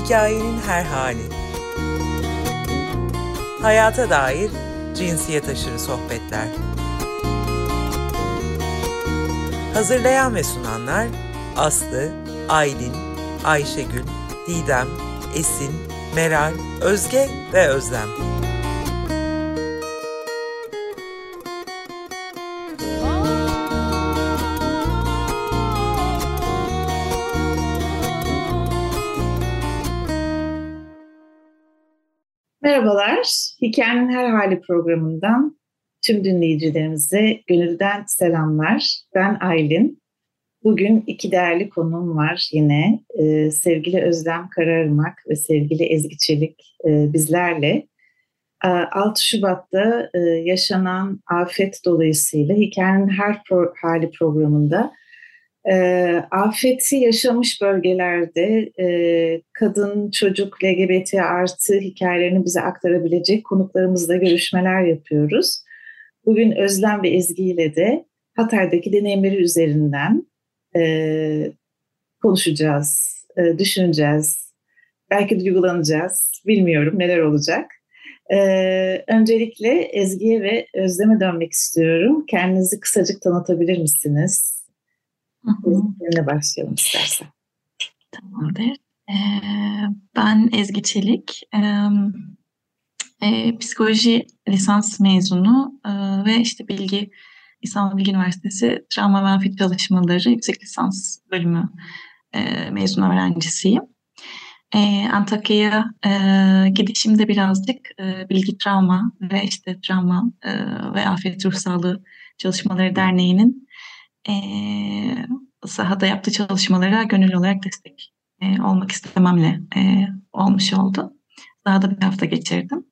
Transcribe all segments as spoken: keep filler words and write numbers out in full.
Hikayenin her hali. Hayata dair cinsiyet aşırı sohbetler. Hazırlayan ve sunanlar Aslı, Aylin, Ayşegül, Didem, Esin, Meral, Özge ve Özlem. Merhabalar, Hikayenin Her Hali programından tüm dinleyicilerimize gönülden selamlar. Ben Aylin. Bugün iki değerli konuğum var yine. Ee, sevgili Özlem Karaırmak ve sevgili Ezgi Çelik e, bizlerle. Ee, altı Şubat'ta e, yaşanan afet dolayısıyla Hikayenin Her Pro- Hali programında E, afeti yaşamış bölgelerde e, kadın, çocuk, L G B T artı hikayelerini bize aktarabilecek konuklarımızla görüşmeler yapıyoruz. Bugün Özlem ve Ezgi ile de Hatay'daki deneyimleri üzerinden e, konuşacağız, e, düşüneceğiz, belki duygulanacağız, bilmiyorum neler olacak. E, öncelikle Ezgi'ye ve Özlem'e dönmek istiyorum. Kendinizi kısacık tanıtabilir misiniz? Ezgi'yle başlayalım istersen. Tamamdır. Ee, ben Ezgi Çelik. Ee, e, psikoloji lisans mezunu e, ve işte Bilgi İstanbul Bilgi Üniversitesi Travma ve Afet Çalışmaları Yüksek Lisans Bölümü e, mezun öğrencisiyim. E, Antakya'ya e, gidişimde birazcık e, Bilgi Travma ve işte Travma e, ve Afet Ruh Sağlığı Çalışmaları Derneği'nin e, sahada yaptığı çalışmalara gönüllü olarak destek e, olmak istememle e, olmuş oldu. Sahada bir hafta geçirdim.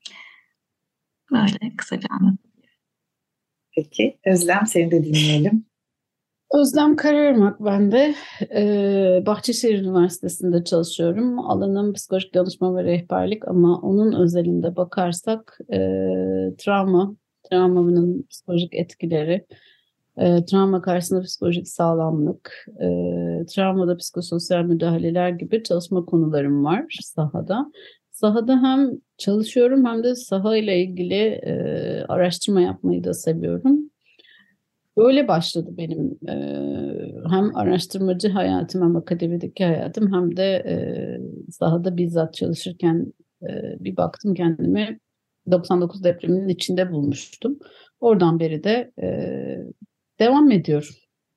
Böyle kısaca anlatayım. Peki, Özlem seni de dinleyelim. Özlem Karaırmak ben de. Ee, Bahçeşehir Üniversitesi'nde çalışıyorum. Alanım psikolojik danışma ve rehberlik ama onun özelinde bakarsak e, travma, travmanın psikolojik etkileri, e, travma karşısında psikolojik sağlamlık, e, travmada psikososyal müdahaleler gibi çalışma konularım var sahada. Sahada hem çalışıyorum hem de saha ile ilgili e, araştırma yapmayı da seviyorum. Böyle başladı benim e, hem araştırmacı hayatım hem akademideki hayatım hem de e, sahada bizzat çalışırken e, bir baktım kendimi doksan dokuz depreminin içinde bulmuştum. Oradan beri de e, devam ediyorum.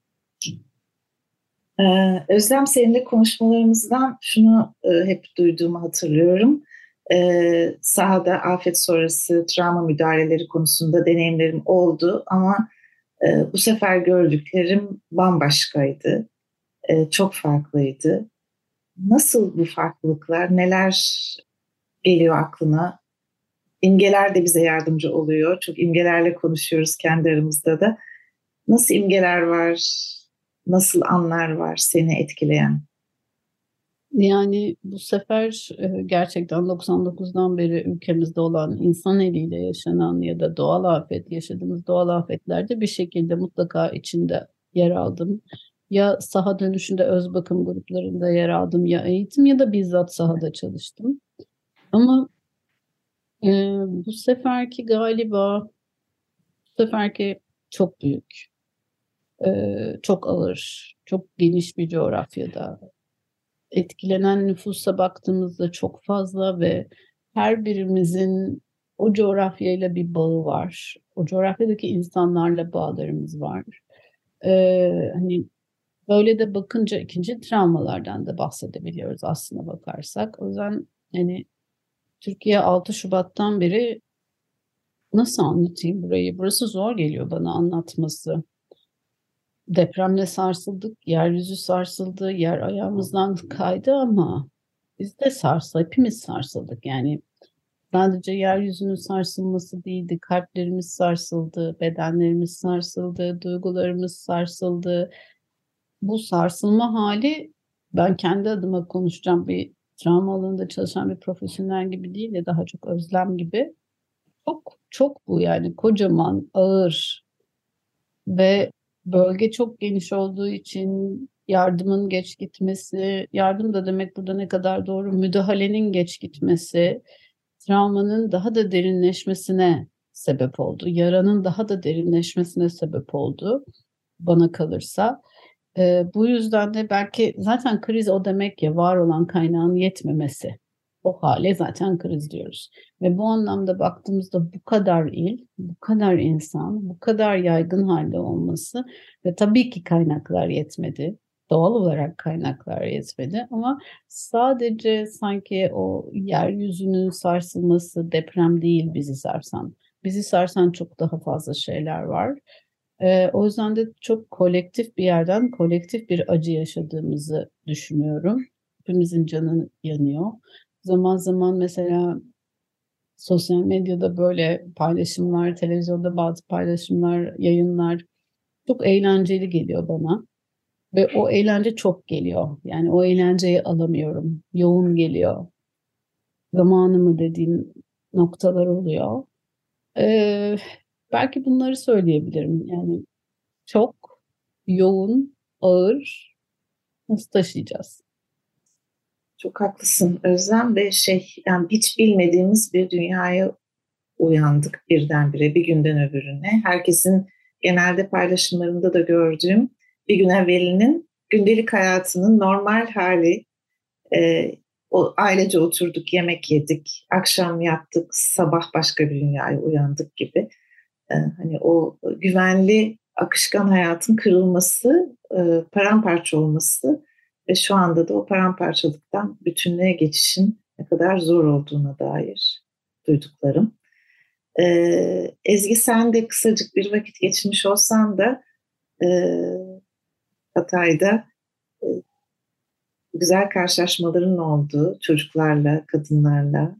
Ee, Özlem seninle konuşmalarımızdan şunu e, hep duyduğumu hatırlıyorum. Ee, sahada afet sonrası travma müdahaleleri konusunda deneyimlerim oldu ama e, bu sefer gördüklerim bambaşkaydı. E, çok farklıydı. Nasıl bu farklılıklar, neler geliyor aklına? İmgeler de bize yardımcı oluyor. Çok imgelerle konuşuyoruz kendi aramızda da. Nasıl imgeler var? Nasıl anlar var seni etkileyen? Yani bu sefer e, gerçekten doksan dokuzdan beri ülkemizde olan insan eliyle yaşanan ya da doğal afet, yaşadığımız doğal afetlerde bir şekilde mutlaka içinde yer aldım. Ya saha dönüşünde öz bakım gruplarında yer aldım, ya eğitim ya da bizzat sahada çalıştım. Ama e, bu seferki galiba, bu seferki çok büyük, e, çok ağır, çok geniş bir coğrafyada. Etkilenen nüfusa baktığımızda çok fazla ve her birimizin o coğrafyayla bir bağı var. O coğrafyadaki insanlarla bağlarımız var. Ee, hani böyle de bakınca ikinci travmalardan da bahsedebiliyoruz aslına bakarsak. O yüzden hani Türkiye altı Şubat'tan beri nasıl anlatayım burayı? Burası zor geliyor bana anlatması. Depremle sarsıldık, yeryüzü sarsıldı, yer ayağımızdan kaydı ama biz de sarsıldık, hepimiz sarsıldık. Yani sadece yeryüzünün sarsılması değildi, kalplerimiz sarsıldı, bedenlerimiz sarsıldı, duygularımız sarsıldı. Bu sarsılma hali, ben kendi adıma konuşacağım, bir travma alanında çalışan bir profesyonel gibi değil de daha çok Özlem gibi. Çok çok bu yani kocaman, ağır ve bölge çok geniş olduğu için yardımın geç gitmesi, yardım da demek burada ne kadar doğru, müdahalenin geç gitmesi, travmanın daha da derinleşmesine sebep oldu. Yaranın daha da derinleşmesine sebep oldu bana kalırsa. Ee, bu yüzden de belki zaten kriz o demek ya, var olan kaynağın yetmemesi. O hale zaten kriz diyoruz. Ve bu anlamda baktığımızda bu kadar il, bu kadar insan, bu kadar yaygın halde olması ve tabii ki kaynaklar yetmedi. Doğal olarak kaynaklar yetmedi ama sadece sanki o yeryüzünün sarsılması, deprem değil bizi sarsan. Bizi sarsan çok daha fazla şeyler var. Ee, o yüzden de çok kolektif bir yerden kolektif bir acı yaşadığımızı düşünüyorum. Hepimizin canı yanıyor. Zaman zaman mesela sosyal medyada böyle paylaşımlar, televizyonda bazı paylaşımlar, yayınlar çok eğlenceli geliyor bana. Ve o eğlence çok geliyor. Yani o eğlenceyi alamıyorum. Yoğun geliyor. Zamanı mı dediğim noktalar oluyor. Ee, belki bunları söyleyebilirim. Yani çok yoğun, ağır, nasıl taşıyacağız? Çok haklısın Özlem ve şey yani hiç bilmediğimiz bir dünyaya uyandık birdenbire bir günden öbürüne. Herkesin genelde paylaşımlarında da gördüğüm bir gün evvelinin gündelik hayatının normal hali. E, o ailece oturduk, yemek yedik, akşam yattık, sabah başka bir dünyaya uyandık gibi. E, hani o güvenli akışkan hayatın kırılması, e, paramparça olması ve şu anda da o paramparçalıktan bütünlüğe geçişin ne kadar zor olduğuna dair duyduklarım. Ee, Ezgi sen de kısacık bir vakit geçirmiş olsan da e, Hatay'da e, güzel karşılaşmaların olduğu çocuklarla, kadınlarla.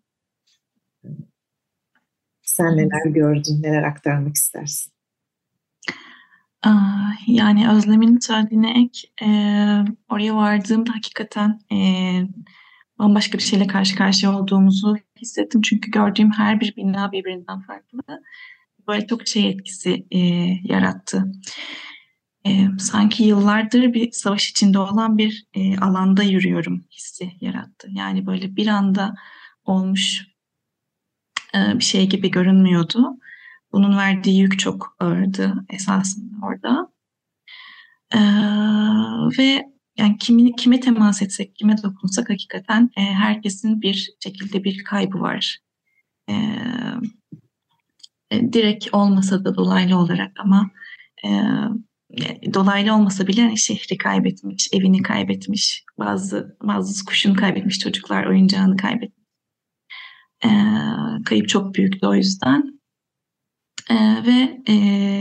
Sen neler gördün, neler aktarmak istersin? Aa, Yani Özlem'in söylediğine ek, e, oraya vardığımda hakikaten e, bambaşka bir şeyle karşı karşıya olduğumuzu hissettim. Çünkü gördüğüm her bir bina birbirinden farklı. Böyle çok şey etkisi e, yarattı. E, sanki yıllardır bir savaş içinde olan bir e, alanda yürüyorum hissi yarattı. Yani böyle bir anda olmuş e, bir şey gibi görünmüyordu. Bunun verdiği yük çok ağırdı esasında orada. E, ve yani kimi, kime temas etsek, kime dokunsak hakikaten e, herkesin bir şekilde bir kaybı var. E, e, direkt olmasa da dolaylı olarak ama e, dolaylı olmasa bile hani şehri kaybetmiş, evini kaybetmiş, bazı bazı kuşunu kaybetmiş, çocuklar oyuncağını kaybetmiş. E, kayıp çok büyüktü o yüzden. E, ve e,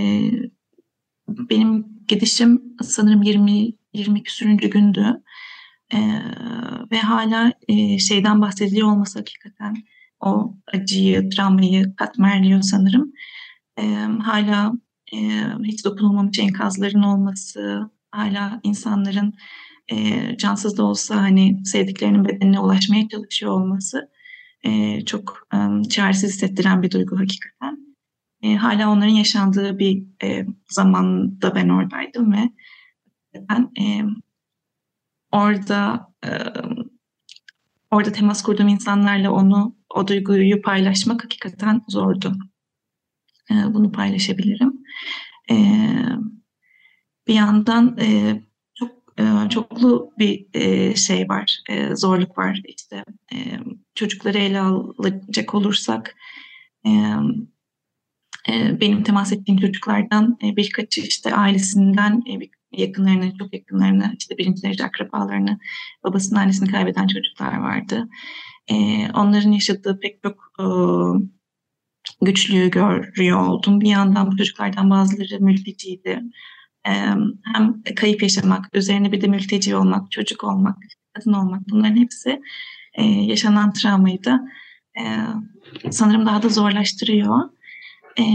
benim gidişim sanırım yirmi yirmi küsürüncü gündü. E, ve hala e, şeyden bahsediliyor olması hakikaten o acıyı, travmayı katmerliyor sanırım. E, hala e, hiç dokunulmamış enkazların olması, hala insanların e, cansız da olsa hani sevdiklerinin bedenine ulaşmaya çalışıyor olması e, çok e, çaresiz hissettiren bir duygu hakikaten. E, hala onların yaşandığı bir e, zamanda ben oradaydım ve ben e, orada e, orada temas kurduğum insanlarla onu o duyguyu paylaşmak hakikaten zordu. E, bunu paylaşabilirim. E, bir yandan e, çok e, çoklu bir e, şey var, e, zorluk var. İşte e, çocukları ele alacak olursak, e, e, benim temas ettiğim çocuklardan e, birkaçı işte ailesinden e, bir yakınlarını, çok yakınlarını, işte birinci derece akrabalarını, babasının annesini kaybeden çocuklar vardı. E, onların yaşadığı pek çok e, güçlüğü görüyor oldum. Bir yandan bu çocuklardan bazıları mülteciydi. Ee, hem kayıp yaşamak, üzerine bir de mülteci olmak, çocuk olmak, kadın olmak, bunların hepsi e, yaşanan travmayı da e, sanırım daha da zorlaştırıyor. E,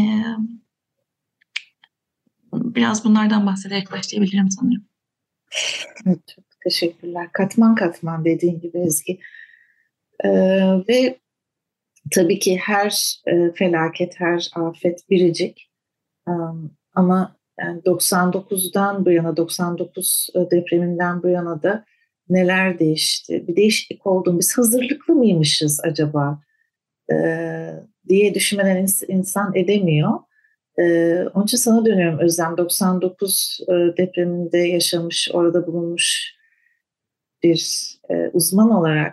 biraz bunlardan bahsederek başlayabilirim sanırım. Evet, çok teşekkürler. Katman katman dediğin gibi Ezgi. Ee, ve tabii ki her e, felaket, her afet biricik. Um, ama Yani doksan dokuzdan bu yana, doksan dokuz depreminden bu yana da neler değişti? Bir değişiklik oldu mu? Biz hazırlıklı mıymışız acaba? Ee, diye düşünmeden insan edemiyor. Ee, onun için sana dönüyorum Özlem. doksan dokuz e, depreminde yaşamış, orada bulunmuş bir e, uzman olarak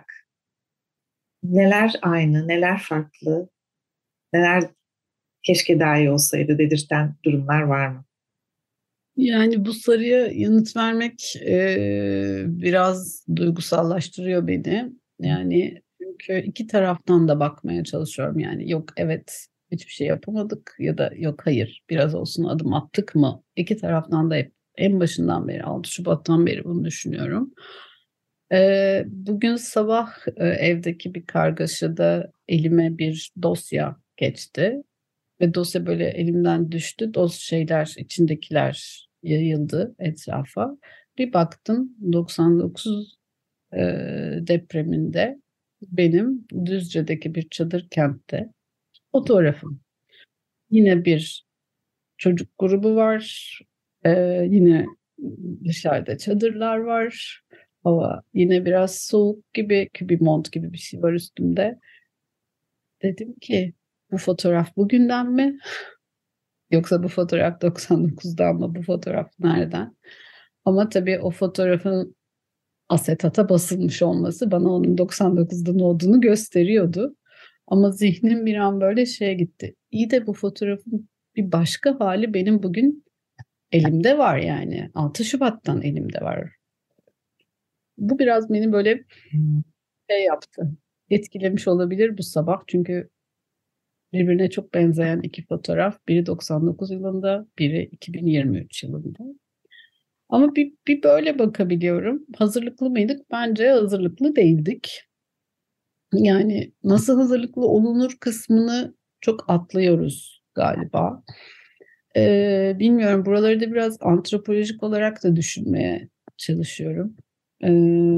neler aynı, neler farklı, neler keşke daha iyi olsaydı dedirten durumlar var mı? Yani bu soruya yanıt vermek e, biraz duygusallaştırıyor beni. Yani çünkü iki taraftan da bakmaya çalışıyorum. Yani yok evet hiçbir şey yapamadık ya da yok hayır biraz olsun adım attık mı? İki taraftan da hep en başından beri altı Şubat'tan beri bunu düşünüyorum. E, bugün sabah e, evdeki bir kargaşada elime bir dosya geçti. Ve dosya böyle elimden düştü. Dosya şeyler, içindekiler yayıldı etrafa. Bir baktım doksan dokuz e, depreminde benim Düzce'deki bir çadır kentte fotoğrafım. Yine bir çocuk grubu var. E, yine dışarıda çadırlar var. Hava yine biraz soğuk gibi, bir mont gibi bir şey var üstümde. Dedim ki bu fotoğraf bugünden mi? Yoksa bu fotoğraf doksan dokuzdan mı? Bu fotoğraf nereden? Ama tabii o fotoğrafın asetata basılmış olması bana onun doksan dokuzdan olduğunu gösteriyordu. Ama zihnim bir an böyle şeye gitti. İyi de bu fotoğrafın bir başka hali benim bugün elimde var yani. altı Şubat'tan elimde var. Bu biraz beni böyle şey yaptı. Etkilemiş olabilir bu sabah. Çünkü birbirine çok benzeyen iki fotoğraf. Biri doksan dokuz yılında, biri iki bin yirmi üç yılında. Ama bir, bir böyle bakabiliyorum. Hazırlıklı mıydık? Bence hazırlıklı değildik. Yani nasıl hazırlıklı olunur kısmını çok atlıyoruz galiba. Ee, bilmiyorum. Buraları da biraz antropolojik olarak da düşünmeye çalışıyorum. Ee,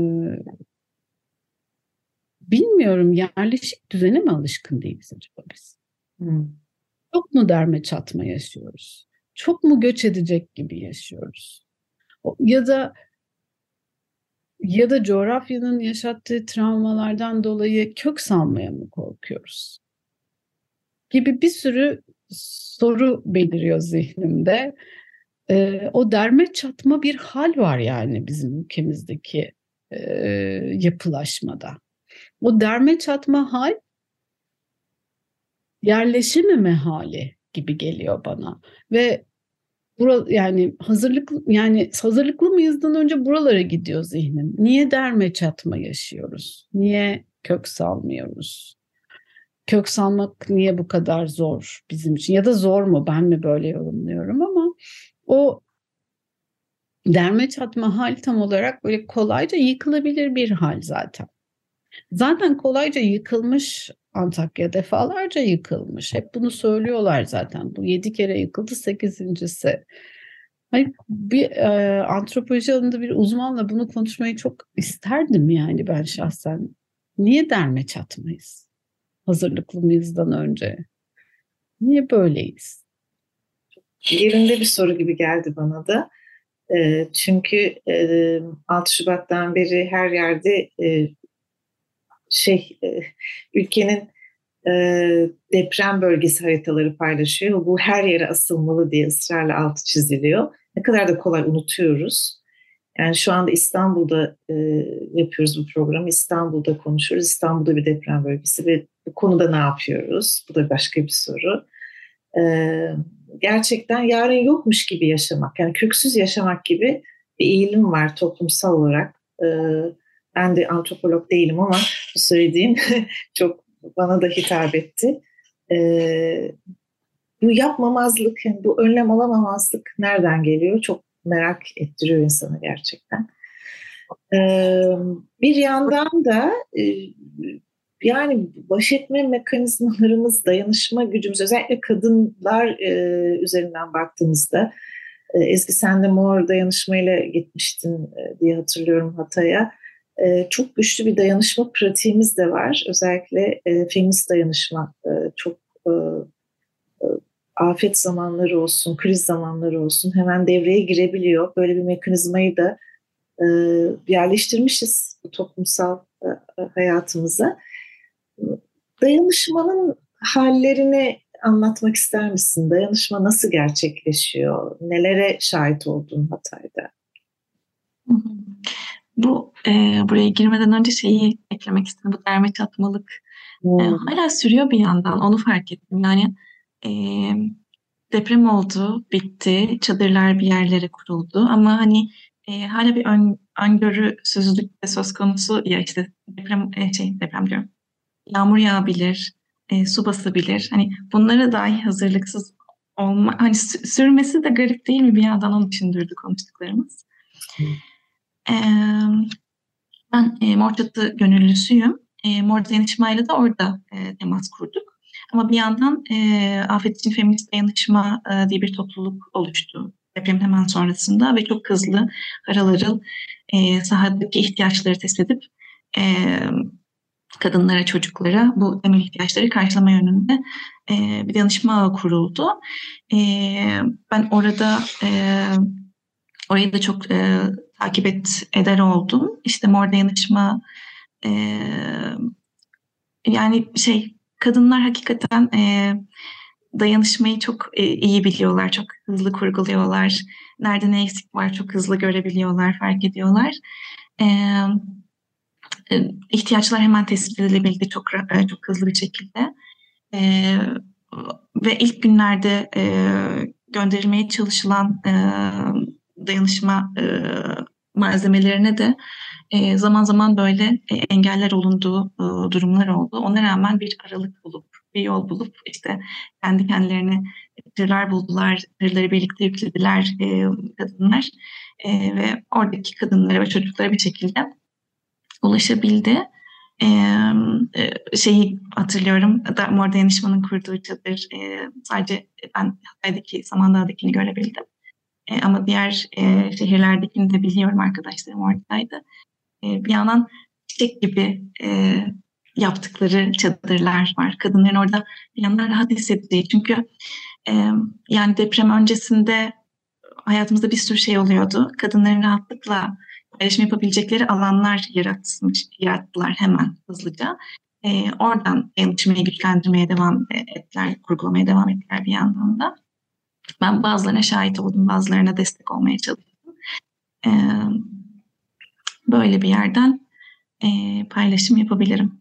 bilmiyorum. Yerleşik düzene mi alışkın değiliz acaba biz? Hmm. Çok mu derme çatma yaşıyoruz? Çok mu göç edecek gibi yaşıyoruz? Ya da ya da coğrafyanın yaşattığı travmalardan dolayı kök salmaya mı korkuyoruz? Gibi bir sürü soru beliriyor zihnimde. Ee, o derme çatma bir hal var yani bizim ülkemizdeki e, yapılaşmada. O derme çatma hal yerleşememe hali gibi geliyor bana ve Bura, yani hazırlıklı yani hazırlıklı mıyızdan önce buralara gidiyor zihnim. Niye derme çatma yaşıyoruz? Niye kök salmıyoruz? Kök salmak niye bu kadar zor bizim için? Ya da zor mu? Ben mi böyle yorumluyorum ama o derme çatma hal tam olarak böyle kolayca yıkılabilir bir hal zaten. Zaten kolayca yıkılmış Antakya defalarca yıkılmış. Hep bunu söylüyorlar zaten. Bu yedi kere yıkıldı, sekizincisi. Hayır, bir e, antropoloji alanında bir uzmanla bunu konuşmayı çok isterdim yani ben şahsen. Niye derme çatmayız? Hazırlıklı mıyızdan önce? Niye böyleyiz? Yerinde bir soru gibi geldi bana da. E, çünkü e, altı Şubat'tan beri her yerde e, şey e, ülkenin e, deprem bölgesi haritaları paylaşıyor. Bu her yere asılmalı diye ısrarla altı çiziliyor. Ne kadar da kolay unutuyoruz. Yani şu anda İstanbul'da e, yapıyoruz bu programı. İstanbul'da konuşuyoruz. İstanbul'da bir deprem bölgesi ve bu konuda ne yapıyoruz? Bu da başka bir soru. E, gerçekten yarın yokmuş gibi yaşamak, yani köksüz yaşamak gibi bir eğilim var toplumsal olarak. E, ben de antropolog değilim ama bu söylediğim çok bana da hitap etti. E, bu yapmamazlık, yani bu önlem alamamazlık nereden geliyor? Çok merak ettiriyor insanı gerçekten. Ee, bir yandan da e, yani baş etme mekanizmalarımız, dayanışma gücümüz, özellikle kadınlar e, üzerinden baktığımızda, e, Ezgi sen de Mor dayanışmayla gitmiştin e, diye hatırlıyorum Hatay'a. E, çok güçlü bir dayanışma pratiğimiz de var. Özellikle e, feminist dayanışma e, çok e, afet zamanları olsun, kriz zamanları olsun hemen devreye girebiliyor. Böyle bir mekanizmayı da e, yerleştirmişiz bu toplumsal e, hayatımıza. Dayanışmanın hallerini anlatmak ister misin? Dayanışma nasıl gerçekleşiyor? Nelere şahit oldun Hatay'da? Hı hı. Bu e, buraya girmeden önce şeyi eklemek istedim. Bu derme çatmalık e, Hmm. hala sürüyor bir yandan. Onu fark ettim. Yani e, deprem oldu, bitti. Çadırlar bir yerlere kuruldu. Ama hani e, hala bir ön, öngörüsüzlük de söz konusu. Ya işte deprem e, şey deprem diyorum. Yağmur yağabilir, e, su basabilir. Hani bunlara dahi hazırlıksız olma, hani sü- sürmesi de garip değil mi bir yandan onu düşündürdü konuştuklarımız. E, Ben e, Mor Çatı gönüllüsüyüm. E, Mor Dayanışma'yla da orada e, temas kurduk. Ama bir yandan e, Afet için Feminist Dayanışma e, diye bir topluluk oluştu depremin hemen sonrasında ve çok hızlı harıl harıl e, sahadaki ihtiyaçları tespit edip e, kadınlara, çocuklara bu temel ihtiyaçları karşılama yönünde e, bir danışma ağı kuruldu. E, Ben orada e, orayı da çok e, takip et, eder oldum. İşte Mor Dayanışma e, yani şey kadınlar hakikaten e, dayanışmayı çok e, iyi biliyorlar, çok hızlı kurguluyorlar. Nerede ne eksik var çok hızlı görebiliyorlar, fark ediyorlar. E, e, ihtiyaçlar hemen tespit edilebildi çok ra- e, çok hızlı bir şekilde. E, Ve ilk günlerde e, gönderilmeye çalışılan e, dayanışma e, malzemelerine de e, zaman zaman böyle e, engeller olunduğu e, durumlar oldu. Ona rağmen bir aralık bulup, bir yol bulup işte kendi kendilerine tırlar buldular, tırları birlikte yüklediler e, kadınlar E, ve oradaki kadınlara ve çocuklara bir şekilde ulaşabildi. Ee, e, şeyi hatırlıyorum, da, Mor Dayanışma'nın kurduğu çadır e, sadece ben Hatay'daki Samandağ'dakini görebildim. E, ama diğer e, şehirlerdekini de biliyorum, arkadaşlarım oradaydı. E, bir yandan çiçek gibi e, yaptıkları çadırlar var. Kadınların orada bir yandan rahat hissettiği. Çünkü e, yani deprem öncesinde hayatımızda bir sürü şey oluyordu. Kadınların rahatlıkla paylaşım yapabilecekleri alanlar yaratmış, yarattılar hemen hızlıca. Ee, oradan dayanışmayı güçlendirmeye devam ettiler, kurgulamaya devam ettiler bir yandan da. Ben bazılarına şahit oldum, bazılarına destek olmaya çalıştım. Ee, Böyle bir yerden e, paylaşım yapabilirim.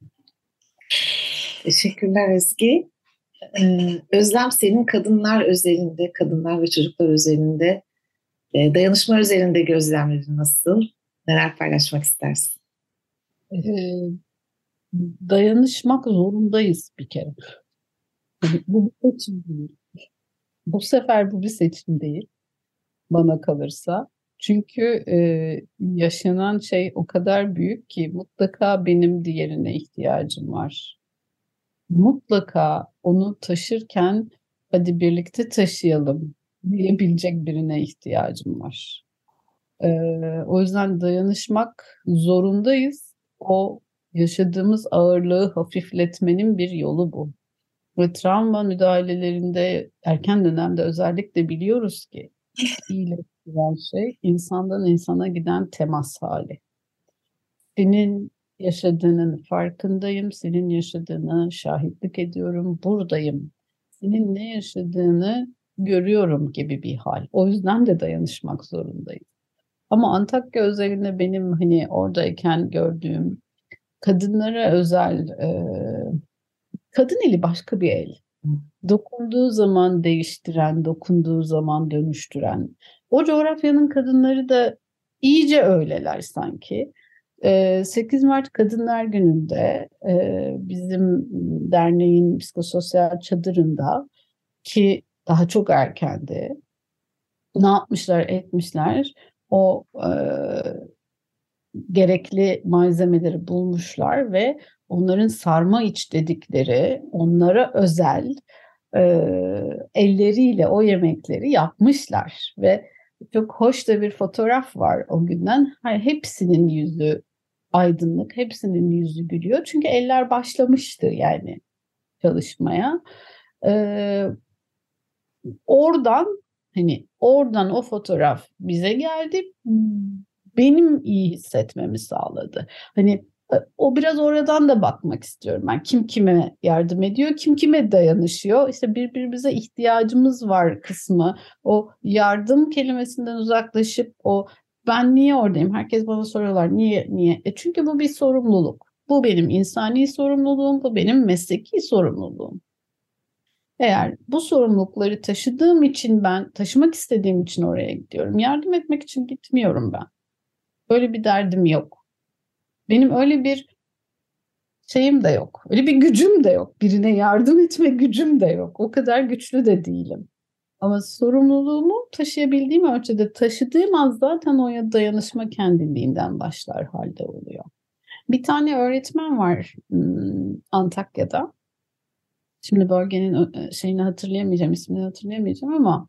Teşekkürler Ezgi. Ee, Özlem, senin kadınlar özelinde, kadınlar ve çocuklar özelinde, e, dayanışma özelinde gözlemlerin nasıl? Neler paylaşmak istersin? Ee, dayanışmak zorundayız bir kere. Yani bu bir seçim değil. Bu sefer bu bir seçim değil bana kalırsa. Çünkü e, yaşanan şey o kadar büyük ki mutlaka benim diğerine ihtiyacım var. Mutlaka onu taşırken hadi birlikte taşıyalım diyebilecek birine ihtiyacım var. Ee, o yüzden dayanışmak zorundayız. O yaşadığımız ağırlığı hafifletmenin bir yolu bu. Ve travma müdahalelerinde erken dönemde özellikle biliyoruz ki iyileştiren şey insandan insana giden temas hali. Senin yaşadığının farkındayım, senin yaşadığına şahitlik ediyorum, buradayım. Senin ne yaşadığını görüyorum gibi bir hal. O yüzden de dayanışmak zorundayız. Ama Antakya özelinde benim hani oradayken gördüğüm kadınlara özel e, kadın eli başka bir el. Dokunduğu zaman değiştiren, dokunduğu zaman dönüştüren. O coğrafyanın kadınları da iyice öyleler sanki. E, sekiz Mart Kadınlar Günü'nde e, bizim derneğin psikososyal çadırında ki daha çok erkendi. Ne yapmışlar, etmişler? O e, gerekli malzemeleri bulmuşlar ve onların sarma iç dedikleri onlara özel e, elleriyle o yemekleri yapmışlar ve çok hoş da bir fotoğraf var o günden. Hani hepsinin yüzü aydınlık, hepsinin yüzü gülüyor çünkü eller başlamıştı yani çalışmaya. E, oradan hani oradan o fotoğraf bize geldi. Benim iyi hissetmemi sağladı. Hani o biraz oradan da bakmak istiyorum ben. Kim kime yardım ediyor, kim kime dayanışıyor. İşte birbirimize ihtiyacımız var kısmı. O yardım kelimesinden uzaklaşıp o ben niye oradayım? Herkes bana soruyorlar niye niye? E çünkü bu bir sorumluluk. Bu benim insani sorumluluğum, bu benim mesleki sorumluluğum. Eğer bu sorumlulukları taşıdığım için ben, taşımak istediğim için oraya gidiyorum. Yardım etmek için gitmiyorum ben. Öyle bir derdim yok. Benim öyle bir şeyim de yok. Öyle bir gücüm de yok. Birine yardım etme gücüm de yok. O kadar güçlü de değilim. Ama sorumluluğumu taşıyabildiğim ölçüde taşıdığım az zaten o dayanışma kendiliğinden başlar halde oluyor. Bir tane öğretmen var Antakya'da. Şimdi bölgenin şeyini hatırlayamayacağım, ismini hatırlayamayacağım ama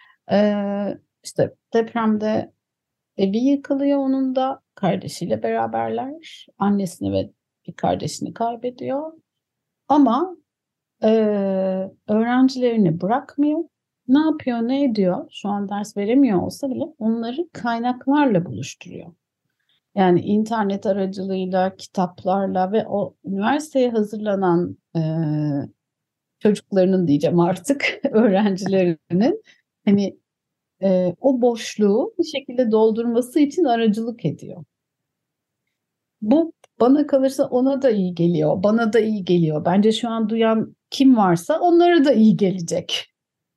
işte depremde evi yıkılıyor onun da. Kardeşiyle beraberler. Annesini ve bir kardeşini kaybediyor. Ama e, öğrencilerini bırakmıyor. Ne yapıyor, ne ediyor? Şu an ders veremiyor olsa bile onları kaynaklarla buluşturuyor. Yani internet aracılığıyla, kitaplarla ve o üniversiteye hazırlanan e, çocuklarının diyeceğim artık öğrencilerinin hani e, o boşluğu bir şekilde doldurması için aracılık ediyor. Bu bana kalırsa ona da iyi geliyor, bana da iyi geliyor. Bence şu an duyan kim varsa onlara da iyi gelecek.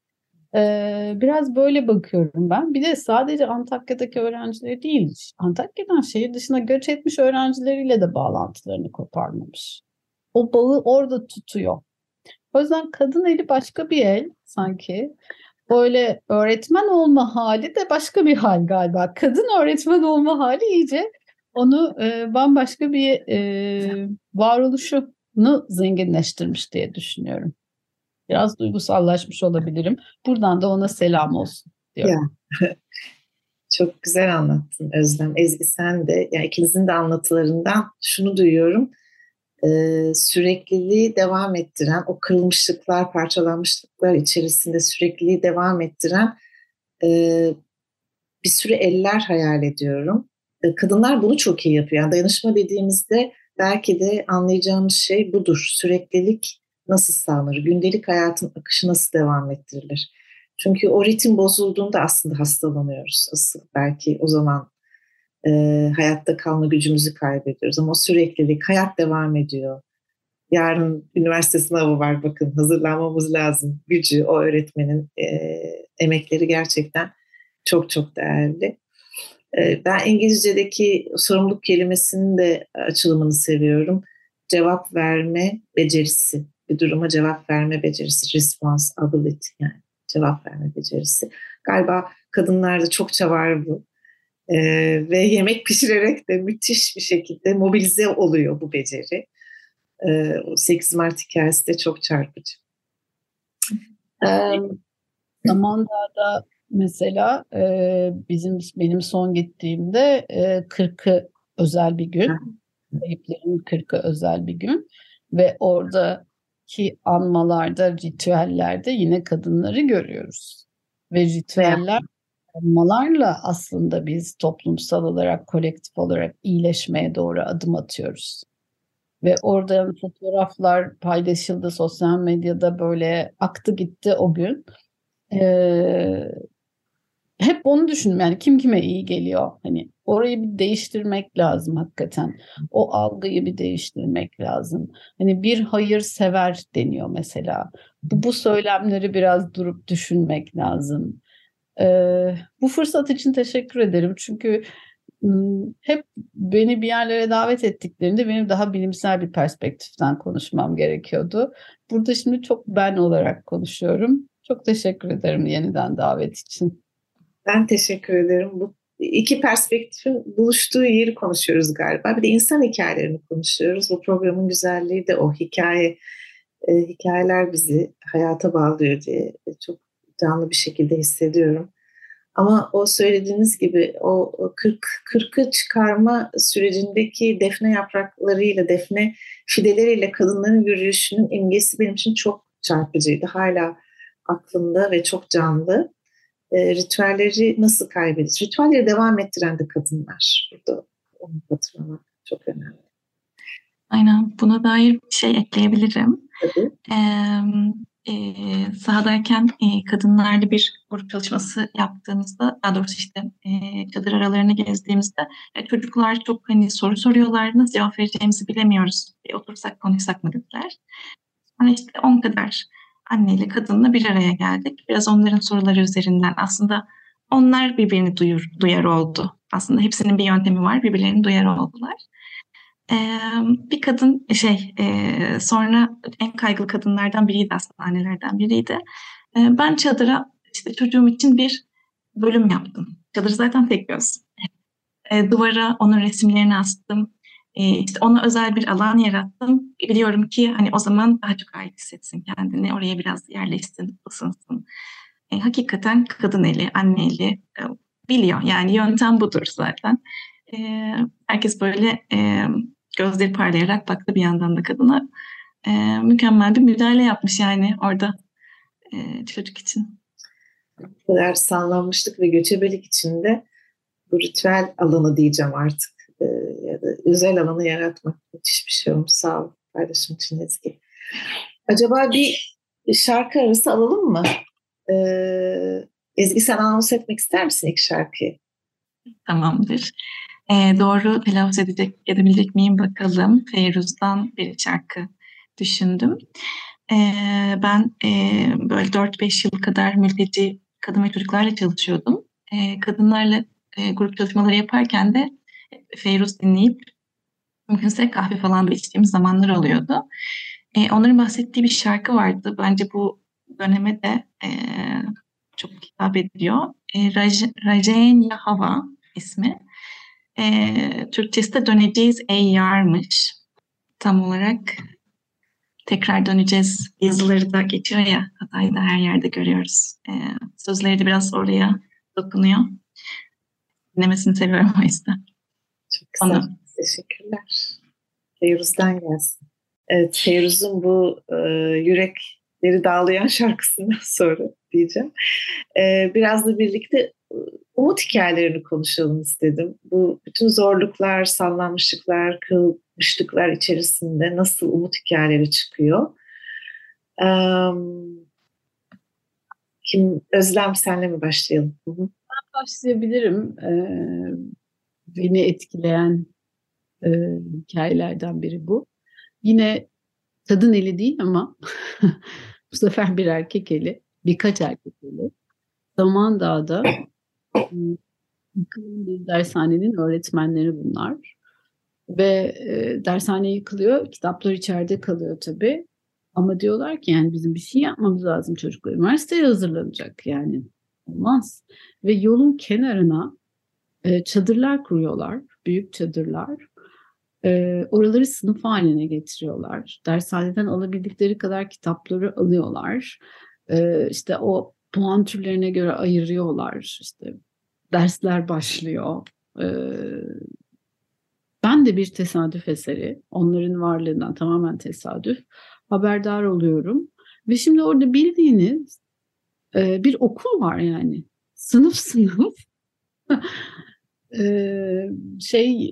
Ee, biraz böyle bakıyorum ben. Bir de sadece Antakya'daki öğrencileri değil, Antakya'dan şehir dışına göç etmiş öğrencileriyle de bağlantılarını koparmamış. O bağı orada tutuyor. O yüzden kadın eli başka bir el sanki. Böyle öğretmen olma hali de başka bir hal galiba. Kadın öğretmen olma hali iyice onu e, bambaşka bir e, varoluşunu zenginleştirmiş diye düşünüyorum. Biraz duygusallaşmış olabilirim. Buradan da ona selam olsun diyorum. Ya, çok güzel anlattın Özlem. Ezgi sen de, yani ikinizin de anlatılarından şunu duyuyorum. Ee, sürekliliği devam ettiren, o kırılmışlıklar, parçalanmışlıklar içerisinde sürekliliği devam ettiren e, bir sürü eller hayal ediyorum. E, kadınlar bunu çok iyi yapıyor. Yani dayanışma dediğimizde belki de anlayacağımız şey budur. Süreklilik nasıl sağlanır? Gündelik hayatın akışı nasıl devam ettirilir? Çünkü o ritim bozulduğunda aslında hastalanıyoruz. Asıl belki o zaman e, hayatta kalma gücümüzü kaybediyoruz. Ama o süreklilik, hayat devam ediyor. Yarın üniversite sınavı var, bakın hazırlanmamız lazım. Gücü, o öğretmenin e, emekleri gerçekten çok çok değerli. E, ben İngilizce'deki sorumluluk kelimesinin de açılımını seviyorum. Cevap verme becerisi, bir duruma cevap verme becerisi, responsibility, yani cevap verme becerisi. Galiba kadınlarda çokça var bu. E, ve yemek pişirerek de müthiş bir şekilde mobilize oluyor bu beceri. E, sekiz Mart hikayesi de çok çarpıcı. Samandağ'da mesela e, bizim benim son gittiğimde e, kırkı özel bir gün. Kayıpların kırkı özel bir gün. Ve oradaki anmalarda, ritüellerde yine kadınları görüyoruz. Ve ritüeller, anmalarla aslında biz toplumsal olarak, kolektif olarak iyileşmeye doğru adım atıyoruz. Ve orada fotoğraflar paylaşıldı sosyal medyada, böyle aktı gitti o gün. Ee, hep onu düşündüm, yani kim kime iyi geliyor, hani orayı bir değiştirmek lazım hakikaten, o algıyı bir değiştirmek lazım. Hani bir hayırsever deniyor mesela, bu, bu söylemleri biraz durup düşünmek lazım. Ee, bu fırsat için teşekkür ederim çünkü hep beni bir yerlere davet ettiklerinde benim daha bilimsel bir perspektiften konuşmam gerekiyordu. Burada şimdi çok ben olarak konuşuyorum. Çok teşekkür ederim yeniden davet için. Ben teşekkür ederim. Bu iki perspektifin buluştuğu yeri konuşuyoruz galiba. Bir de insan hikayelerini konuşuyoruz. Bu programın güzelliği de o hikaye. E, hikayeler bizi hayata bağlıyor diye çok canlı bir şekilde hissediyorum. Ama o söylediğiniz gibi o kırk, kırkı çıkarma sürecindeki defne yapraklarıyla, defne fideleriyle kadınların yürüyüşünün imgesi benim için çok çarpıcıydı. Hala aklımda ve çok canlı. E, ritüelleri nasıl kaybederiz? Ritüelleri devam ettiren de kadınlar. Burada onu hatırlamak çok önemli. Aynen. Buna dair bir şey ekleyebilirim. Tabii. Ee, e, sahadayken e, kadınlarla bir grup çalışması yaptığımızda, daha doğrusu işte e, çadır aralarını gezdiğimizde e, çocuklar çok hani soru soruyorlar, nasıl cevap vereceğimizi bilemiyoruz. E, otursak konuşsak mı dediler. Sonra işte on kadar anneyle kadınla bir araya geldik. Biraz onların soruları üzerinden aslında onlar birbirini duyur, duyar oldu. Aslında hepsinin bir yöntemi var, birbirlerini duyar oldular. Ee, bir kadın şey e, sonra en kaygılı kadınlardan biriydi, aslında annelerden biriydi. Ee, ben çadıra işte çocuğum için bir bölüm yaptım. Çadır zaten tek göz. Ee, duvara onun resimlerini astım. Ee, işte ona özel bir alan yarattım. Biliyorum ki hani o zaman daha çok ait hissetsin kendini. Oraya biraz yerleşsin, ısınsın. Ee, hakikaten kadın eli, anne eli e, biliyor. Yani yöntem budur zaten. Ee, herkes böyle e, gözleri parlayarak baktı bir yandan da kadına. Ee, mükemmel bir müdahale yapmış yani orada e, çocuk için. Bu kadar sallanmışlık ve göçebelik içinde bu ritüel alanı diyeceğim artık. Ee, ya da özel alanı yaratmak müthiş bir şey olmuş. Sağ ol paylaşım için Ezgi. Acaba bir şarkı arası alalım mı? Ee, Ezgi sen anons etmek ister misin ilk şarkıyı? Tamamdır. Ee, doğru telaffuz edecek, edebilecek miyim bakalım. Feyruz'dan bir şarkı düşündüm. Ee, ben e, böyle dört beş yıl kadar mülteci kadın ve çocuklarla çalışıyordum. Ee, kadınlarla e, grup çalışmaları yaparken de Feyruz dinleyip mümkünse kahve falan da içtiğimiz zamanlar oluyordu. Ee, onların bahsettiği bir şarkı vardı. Bence bu döneme de e, çok hitap ediyor. E, Rajen Ya Hava ismi. E, Türkçesi de döneceğiz ey yarmış. Tam olarak tekrar döneceğiz yazıları da geçiyor ya, Hatay'da her yerde görüyoruz. E, sözleri de biraz oraya dokunuyor. Dinlemesini seviyorum o yüzden. Çok güzel. Onu. Teşekkürler. Feyruz'dan gelsin. Evet, Feyruz'un bu e, yürekleri dağlayan şarkısından sonra diyeceğim. E, biraz da birlikte umut hikayelerini konuşalım istedim. Bu bütün zorluklar, sallanmışlıklar, kırılmışlıklar içerisinde nasıl umut hikayeleri çıkıyor? E, kim Özlem, senle mi başlayalım? Hı hı. Ben başlayabilirim. Ee, beni etkileyen e, hikayelerden biri bu. Yine kadın eli değil ama bu sefer bir erkek eli, birkaç erkek eli. Samandağ'da yıkılan bir dershanenin öğretmenleri bunlar. Ve e, dershane yıkılıyor, kitaplar içeride kalıyor tabii. Ama diyorlar ki yani bizim bir şey yapmamız lazım, çocuklar üniversiteye hazırlanacak yani. Olmaz. Ve yolun kenarına e, çadırlar kuruyorlar, büyük çadırlar. E, oraları sınıf haline getiriyorlar. Dershaneden alabildikleri kadar kitapları alıyorlar. E, işte o puan türlerine göre ayırıyorlar. İşte dersler başlıyor. E, ben de bir tesadüf eseri, onların varlığından tamamen tesadüf haberdar oluyorum. Ve şimdi orada bildiğiniz e, bir okul var yani. Sınıf sınıf e, şey